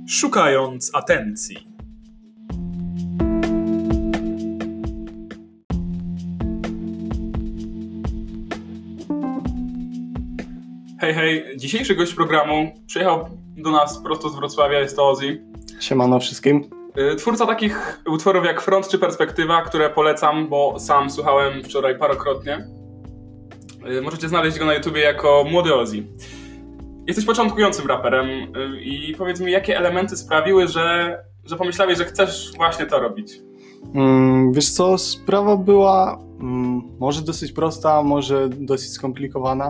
Szukając atencji. Hej, hej. Dzisiejszy gość programu przyjechał do nas prosto z Wrocławia, jest to Ozzy. Siemano wszystkim. Twórca takich utworów jak Front czy Perspektywa, które polecam, bo sam słuchałem wczoraj parokrotnie. Możecie znaleźć go na YouTubie jako Młody Ozzy. Jesteś początkującym raperem i powiedz mi, jakie elementy sprawiły, że pomyślałeś, że chcesz właśnie to robić? Wiesz co, sprawa była może dosyć prosta, może dosyć skomplikowana,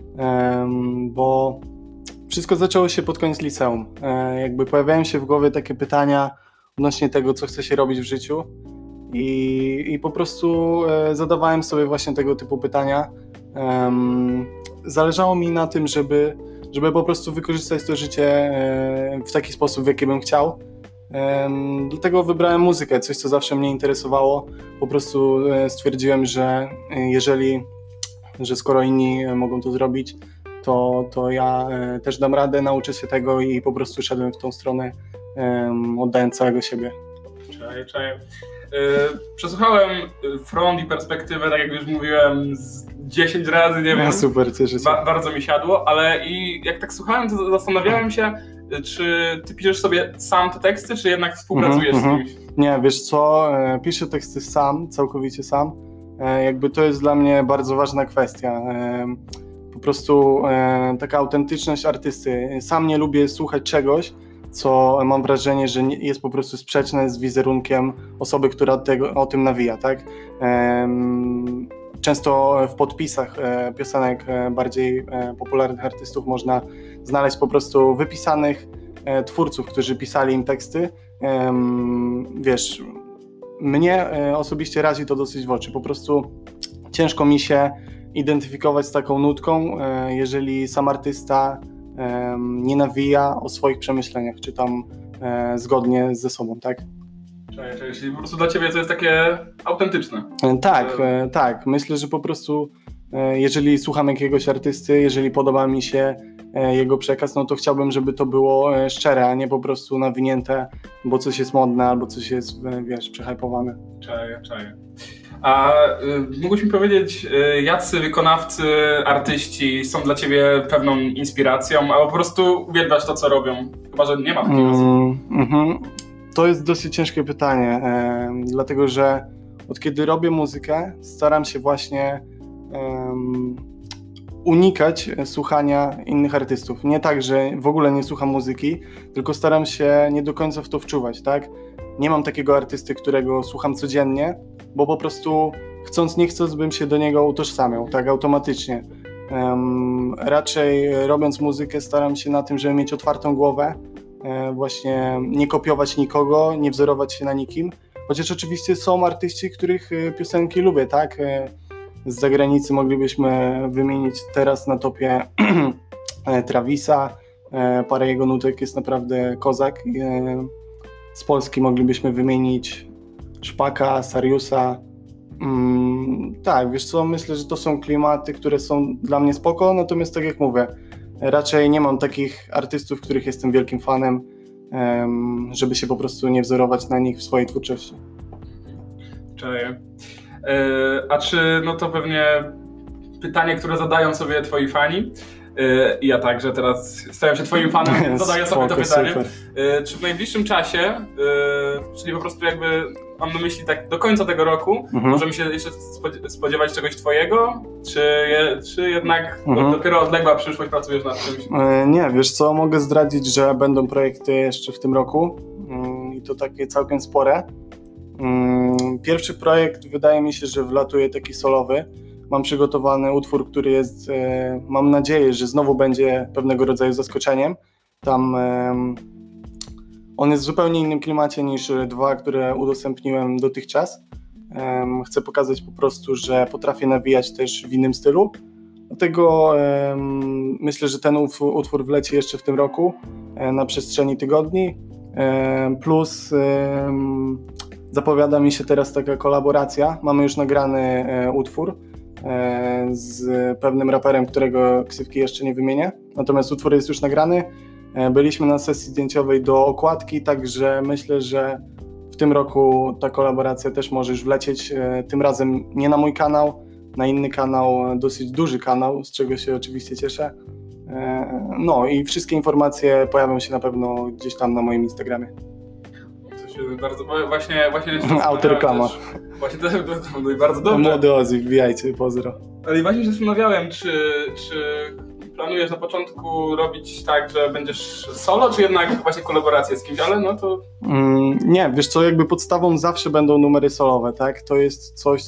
bo wszystko zaczęło się pod koniec liceum. Jakby pojawiają się w głowie takie pytania odnośnie tego, co chce się robić w życiu i po prostu zadawałem sobie właśnie tego typu pytania. Zależało mi na tym, żeby po prostu wykorzystać to życie w taki sposób, w jaki bym chciał. Dlatego wybrałem muzykę, coś co zawsze mnie interesowało. Po prostu stwierdziłem, że skoro inni mogą to zrobić, to ja też dam radę, nauczę się tego i po prostu szedłem w tą stronę, oddając całego siebie. Czaję. Przesłuchałem Front i Perspektywę, tak jak już mówiłem, z 10 razy, nie wiem. Super, cieszę się. Bardzo mi siadło, ale i jak tak słuchałem, to zastanawiałem się, czy ty piszesz sobie sam te teksty, czy jednak współpracujesz z kimś? Nie, wiesz co, piszę teksty sam, całkowicie sam. Jakby to jest dla mnie bardzo ważna kwestia. Po prostu taka autentyczność artysty. Sam nie lubię słuchać czegoś, co mam wrażenie, że jest po prostu sprzeczne z wizerunkiem osoby, która o tym nawija, tak? Często w podpisach piosenek bardziej popularnych artystów można znaleźć po prostu wypisanych twórców, którzy pisali im teksty. Wiesz, mnie osobiście razi to dosyć w oczy. Po prostu ciężko mi się identyfikować z taką nutką, jeżeli sam artysta nie nawija o swoich przemyśleniach, czy tam zgodnie ze sobą, tak? Czyli po prostu dla ciebie to jest takie autentyczne. Tak. Myślę, że po prostu jeżeli słucham jakiegoś artysty, jeżeli podoba mi się jego przekaz, no to chciałbym, żeby to było szczere, a nie po prostu nawinięte, bo coś jest modne albo coś jest, wiesz, przehypowane. Czaję. A mógłbyś mi powiedzieć, jacy wykonawcy, artyści są dla ciebie pewną inspiracją, albo po prostu uwielbiasz to, co robią? Chyba że nie ma takiej osoby. To jest dosyć ciężkie pytanie, dlatego że od kiedy robię muzykę, staram się właśnie unikać słuchania innych artystów. Nie tak, że w ogóle nie słucham muzyki, tylko staram się nie do końca w to wczuwać, tak? Nie mam takiego artysty, którego słucham codziennie, bo po prostu chcąc nie chcąc bym się do niego utożsamiał, tak automatycznie. Raczej robiąc muzykę staram się na tym, żeby mieć otwartą głowę, właśnie nie kopiować nikogo, nie wzorować się na nikim, chociaż oczywiście są artyści, których piosenki lubię, tak? Z zagranicy moglibyśmy wymienić teraz na topie Travisa, parę jego nutek jest naprawdę kozak. Z Polski moglibyśmy wymienić Szpaka, Sariusa. Tak, wiesz co, myślę, że to są klimaty, które są dla mnie spoko, natomiast tak jak mówię, raczej nie mam takich artystów, których jestem wielkim fanem, żeby się po prostu nie wzorować na nich w swojej twórczości. Czaję. A czy, no to pewnie pytanie, które zadają sobie twoi fani, ja także teraz stałem się twoim fanem, zadaję sobie to pytanie. Czy w najbliższym czasie, czyli po prostu jakby mam na myśli tak do końca tego roku, możemy się jeszcze spodziewać czegoś twojego? Czy jednak dopiero odległa przyszłość pracujesz nad czymś? Nie, wiesz co, mogę zdradzić, że będą projekty jeszcze w tym roku i to takie całkiem spore. Pierwszy projekt wydaje mi się, że wlatuje taki solowy. Mam przygotowany utwór, który jest, mam nadzieję, że znowu będzie pewnego rodzaju zaskoczeniem. Tam on jest w zupełnie innym klimacie niż dwa, które udostępniłem dotychczas. Chcę pokazać po prostu, że potrafię nawijać też w innym stylu. Dlatego myślę, że ten utwór wleci jeszcze w tym roku na przestrzeni tygodni. Plus zapowiada mi się teraz taka kolaboracja. Mamy już nagrany utwór z pewnym raperem, którego ksywki jeszcze nie wymienię. Natomiast utwór jest już nagrany. Byliśmy na sesji zdjęciowej do okładki, także myślę, że w tym roku ta kolaboracja też może już wlecieć, tym razem nie na mój kanał, na inny kanał, dosyć duży kanał, z czego się oczywiście cieszę. No i wszystkie informacje pojawią się na pewno gdzieś tam na moim Instagramie. To się bardzo, właśnie autoreklama. Właśnie to bardzo dobrze. Młody Ozzy, wbijajcie, pozdro. Ale właśnie się zastanawiałem, czy planujesz na początku robić tak, że będziesz solo, czy jednak właśnie kolaborację z kimś, ale no to... Nie, wiesz co, jakby podstawą zawsze będą numery solowe, tak? To jest coś,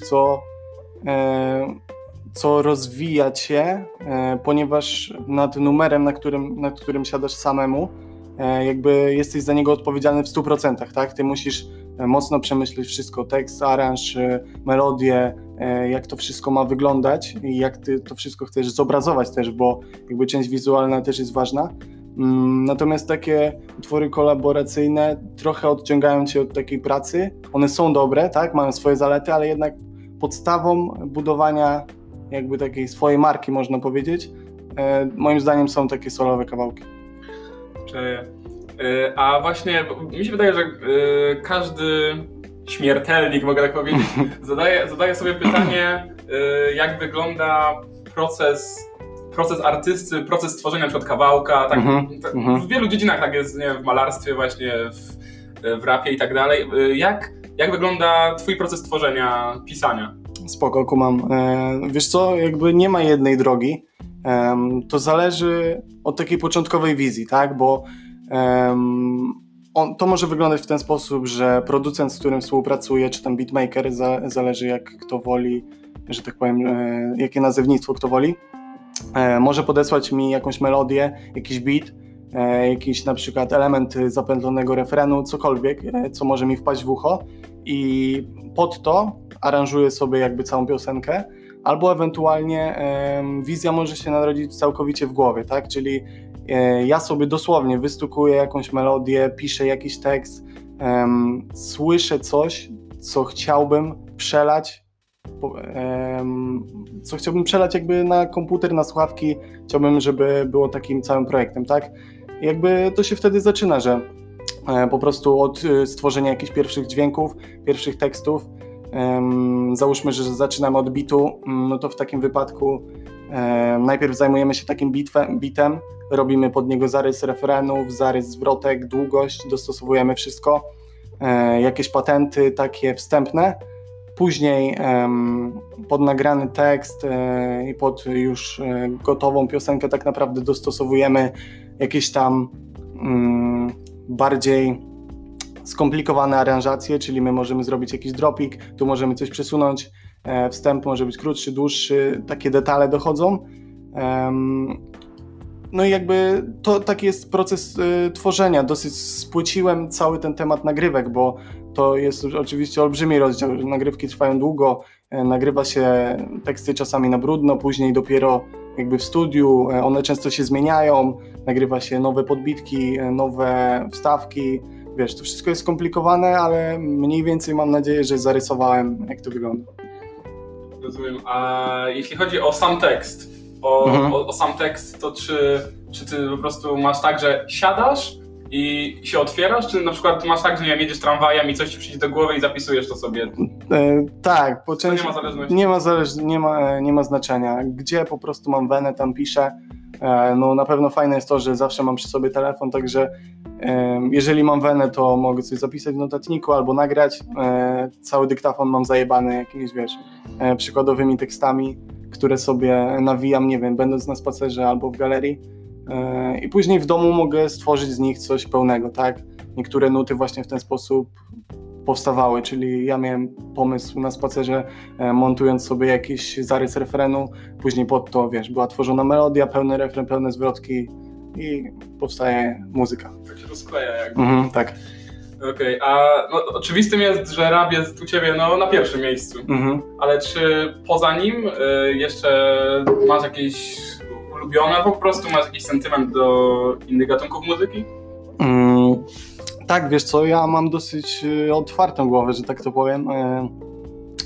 co rozwija cię, ponieważ nad numerem, nad którym siadasz samemu, jakby jesteś za niego odpowiedzialny w 100%, tak? Ty musisz mocno przemyśleć wszystko, tekst, aranż, melodię, jak to wszystko ma wyglądać i jak ty to wszystko chcesz zobrazować też, bo jakby część wizualna też jest ważna. Natomiast takie utwory kolaboracyjne trochę odciągają cię od takiej pracy. One są dobre, tak? Mają swoje zalety, ale jednak podstawą budowania jakby takiej swojej marki, można powiedzieć, moim zdaniem są takie solowe kawałki. A właśnie mi się wydaje, że każdy śmiertelnik, mogę tak powiedzieć, zadaje sobie pytanie, jak wygląda proces artysty, proces tworzenia na przykład kawałka, tak, w wielu dziedzinach tak jest, nie wiem, w malarstwie właśnie, w rapie i tak dalej. Jak wygląda twój proces tworzenia, pisania? Spoko, kumam. Wiesz co, jakby nie ma jednej drogi. To zależy od takiej początkowej wizji, tak, bo to może wyglądać w ten sposób, że producent, z którym współpracuje, czy tam beatmaker, zależy jak kto woli, że tak powiem, jakie nazewnictwo kto woli, może podesłać mi jakąś melodię, jakiś beat, jakiś na przykład element zapętlonego refrenu, cokolwiek, co może mi wpaść w ucho i pod to aranżuję sobie jakby całą piosenkę, albo ewentualnie wizja może się narodzić całkowicie w głowie, tak, czyli ja sobie dosłownie wystukuję jakąś melodię, piszę jakiś tekst, słyszę coś, co chciałbym przelać, jakby na komputer, na słuchawki, chciałbym, żeby było takim całym projektem, tak? I jakby to się wtedy zaczyna, że po prostu od stworzenia jakichś pierwszych dźwięków, pierwszych tekstów, załóżmy, że zaczynamy od bitu, no to w takim wypadku najpierw zajmujemy się takim bitem, robimy pod niego zarys refrenów, zarys zwrotek, długość, dostosowujemy wszystko, jakieś patenty takie wstępne, później pod nagrany tekst i pod już gotową piosenkę tak naprawdę dostosowujemy jakieś tam bardziej skomplikowane aranżacje, czyli my możemy zrobić jakiś dropik, tu możemy coś przesunąć, wstęp może być krótszy, dłuższy, takie detale dochodzą. No i jakby to taki jest proces tworzenia. Dosyć spłyciłem cały ten temat nagrywek, bo to jest oczywiście olbrzymi rozdział. Nagrywki trwają długo, nagrywa się teksty czasami na brudno, później dopiero jakby w studiu, one często się zmieniają, nagrywa się nowe podbitki, nowe wstawki. Wiesz, to wszystko jest skomplikowane, ale mniej więcej mam nadzieję, że zarysowałem, jak to wygląda. Rozumiem. A jeśli chodzi o sam tekst, o sam tekst, to czy ty po prostu masz tak, że siadasz i się otwierasz, czy na przykład masz tak, że nie wiem, jedziesz tramwajem i coś ci przyjdzie do głowy i zapisujesz to sobie? Tak, po części nie ma zależności. Nie ma znaczenia. Gdzie po prostu mam wenę, tam piszę. No na pewno fajne jest to, że zawsze mam przy sobie telefon, także jeżeli mam wenę, to mogę coś zapisać w notatniku albo nagrać. Cały dyktafon mam zajebany jakimiś, wiesz, przykładowymi tekstami, które sobie nawijam, nie wiem, będąc na spacerze albo w galerii. I później w domu mogę stworzyć z nich coś pełnego, tak? Niektóre nuty właśnie w ten sposób powstawały, czyli ja miałem pomysł na spacerze, montując sobie jakiś zarys refrenu, później pod to, wiesz, była tworzona melodia, pełny refren, pełne zwrotki i powstaje muzyka. Tak się rozkleja jakby. Tak. Okej, a no, oczywistym jest, że rap jest u ciebie na pierwszym miejscu, ale czy poza nim jeszcze masz jakieś ulubione, albo po prostu masz jakiś sentyment do innych gatunków muzyki? Tak, wiesz co, ja mam dosyć otwartą głowę, że tak to powiem.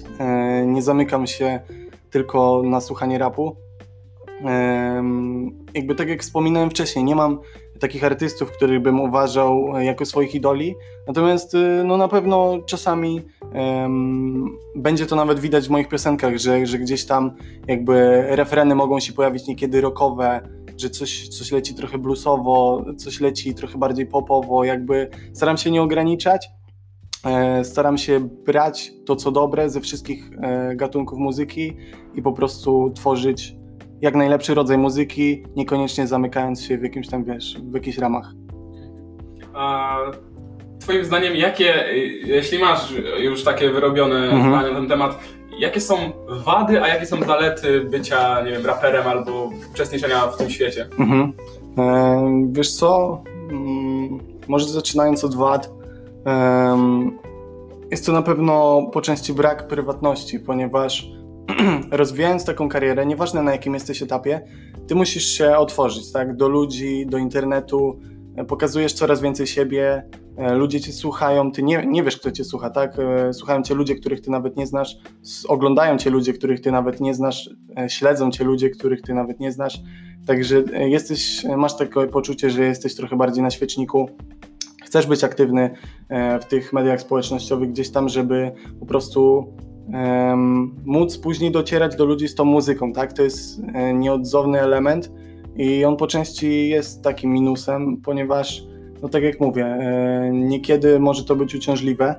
Nie zamykam się tylko na słuchanie rapu. jakby tak jak wspominałem wcześniej, nie mam takich artystów, których bym uważał jako swoich idoli, natomiast no na pewno czasami będzie to nawet widać w moich piosenkach, że gdzieś tam jakby refreny mogą się pojawić niekiedy rockowe, że coś leci trochę bluesowo, coś leci trochę bardziej popowo, jakby staram się nie ograniczać, staram się brać to, co dobre ze wszystkich gatunków muzyki i po prostu tworzyć jak najlepszy rodzaj muzyki, niekoniecznie zamykając się w jakimś tam, wiesz, w jakichś ramach. A twoim zdaniem, jeśli masz już takie wyrobione zdania na ten temat, jakie są wady, a jakie są zalety bycia, nie wiem, raperem albo uczestniczenia w tym świecie? Wiesz co, może zaczynając od wad, jest to na pewno po części brak prywatności, ponieważ rozwijając taką karierę, nieważne na jakim jesteś etapie, ty musisz się otworzyć, tak, do ludzi, do internetu, pokazujesz coraz więcej siebie, ludzie cię słuchają, ty nie wiesz, kto cię słucha, tak, słuchają cię ludzie, których ty nawet nie znasz, oglądają cię ludzie, których ty nawet nie znasz, śledzą cię ludzie, których ty nawet nie znasz, także masz takie poczucie, że jesteś trochę bardziej na świeczniku, chcesz być aktywny w tych mediach społecznościowych gdzieś tam, żeby po prostu móc później docierać do ludzi z tą muzyką, tak? To jest nieodzowny element i on po części jest takim minusem, ponieważ, no tak jak mówię, niekiedy może to być uciążliwe.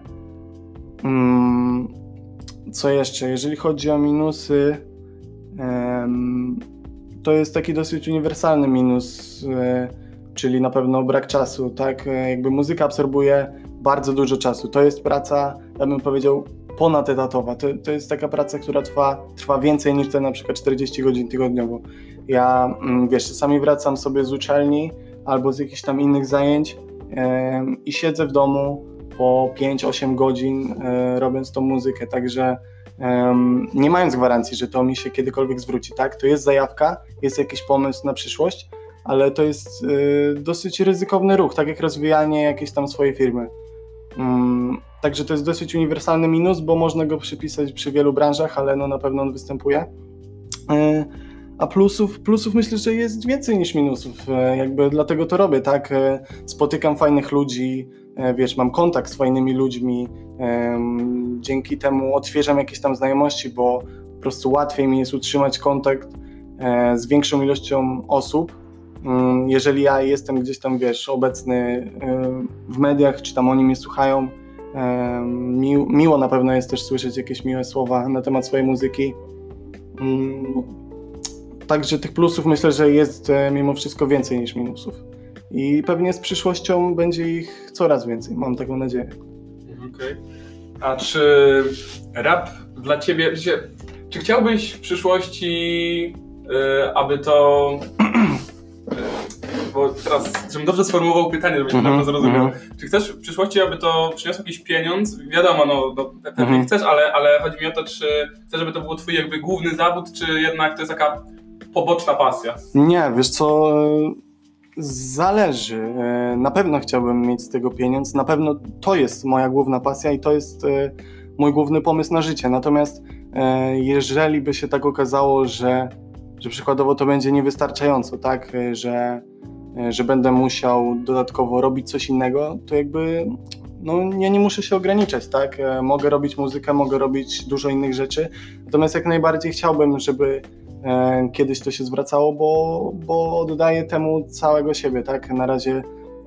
Co jeszcze? Jeżeli chodzi o minusy, to jest taki dosyć uniwersalny minus, czyli na pewno brak czasu, tak? Jakby muzyka absorbuje bardzo dużo czasu. To jest praca, ja bym powiedział, ponadetatowa. To jest taka praca, która trwa więcej niż te na przykład 40 godzin tygodniowo. Ja, wiesz, czasami wracam sobie z uczelni albo z jakichś tam innych zajęć i siedzę w domu po 5-8 godzin robiąc tą muzykę, także nie mając gwarancji, że to mi się kiedykolwiek zwróci, tak? To jest zajawka, jest jakiś pomysł na przyszłość, ale to jest dosyć ryzykowny ruch, tak jak rozwijanie jakiejś tam swojej firmy. Także to jest dosyć uniwersalny minus, bo można go przypisać przy wielu branżach, ale no na pewno on występuje. A plusów myślę, że jest więcej niż minusów, jakby dlatego to robię, tak? Spotykam fajnych ludzi, wiesz, mam kontakt z fajnymi ludźmi, dzięki temu odświeżam jakieś tam znajomości, bo po prostu łatwiej mi jest utrzymać kontakt z większą ilością osób. Jeżeli ja jestem gdzieś tam, wiesz, obecny w mediach, czy tam oni mnie słuchają, miło na pewno jest też słyszeć jakieś miłe słowa na temat swojej muzyki. Także tych plusów myślę, że jest mimo wszystko więcej niż minusów. I pewnie z przyszłością będzie ich coraz więcej, mam taką nadzieję. Okej. A czy rap dla ciebie, czy chciałbyś w przyszłości, aby to... Bo teraz, żebym dobrze sformułował pytanie, żebyś dobrze zrozumiał. Czy chcesz w przyszłości, aby to przyniosło jakiś pieniądz? Wiadomo, no pewnie chcesz, ale chodzi mi o to, czy chcesz, żeby to był twój jakby główny zawód, czy jednak to jest taka poboczna pasja? Nie, wiesz co, zależy. Na pewno chciałbym mieć z tego pieniądz, na pewno to jest moja główna pasja i to jest mój główny pomysł na życie. Natomiast jeżeli by się tak okazało, że przykładowo to będzie niewystarczająco, tak, że będę musiał dodatkowo robić coś innego, to jakby no, ja nie muszę się ograniczać, tak, mogę robić muzykę, mogę robić dużo innych rzeczy, natomiast jak najbardziej chciałbym, żeby kiedyś to się zwracało, bo oddaję temu całego siebie, tak, na razie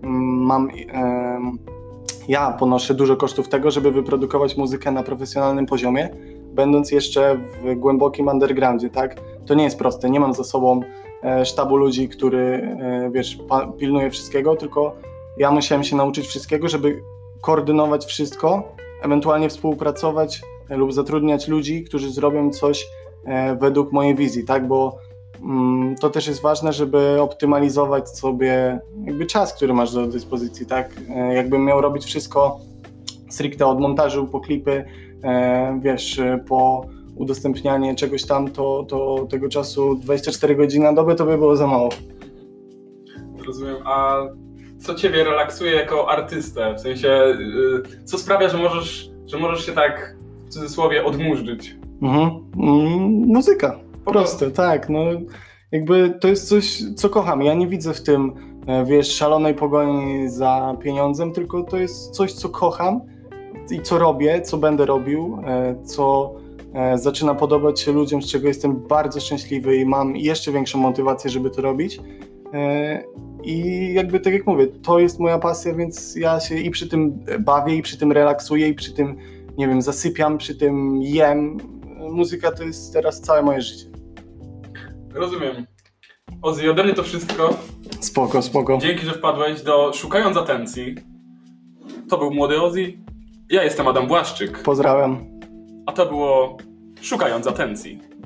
ja ponoszę dużo kosztów tego, żeby wyprodukować muzykę na profesjonalnym poziomie, będąc jeszcze w głębokim undergroundzie, tak? To nie jest proste, nie mam za sobą sztabu ludzi, który, wiesz, pilnuje wszystkiego, tylko ja musiałem się nauczyć wszystkiego, żeby koordynować wszystko, ewentualnie współpracować lub zatrudniać ludzi, którzy zrobią coś według mojej wizji, tak? Bo to też jest ważne, żeby optymalizować sobie jakby czas, który masz do dyspozycji, tak? Jakbym miał robić wszystko stricte od montażu po klipy, wiesz, po udostępnianie czegoś tam, to tego czasu 24 godziny na dobę to by było za mało. Rozumiem. A co ciebie relaksuje jako artystę? W sensie, co sprawia, że możesz się tak w cudzysłowie odmurzyć? Muzyka. Proste, tak. No, jakby to jest coś, co kocham. Ja nie widzę w tym, wiesz, szalonej pogoni za pieniądzem, tylko to jest coś, co kocham i co robię, co będę robił, co zaczyna podobać się ludziom, z czego jestem bardzo szczęśliwy i mam jeszcze większą motywację, żeby to robić. I jakby tak jak mówię, to jest moja pasja, więc ja się i przy tym bawię, i przy tym relaksuję, i przy tym, nie wiem, zasypiam, przy tym jem. Muzyka to jest teraz całe moje życie. Rozumiem. Ozzy, ode mnie to wszystko. Spoko. Dzięki, że wpadłeś do Szukając Atencji. To był Młody Ozzy. Ja jestem Adam Błaszczyk. Pozdrawiam. A to było Szukając Atencji.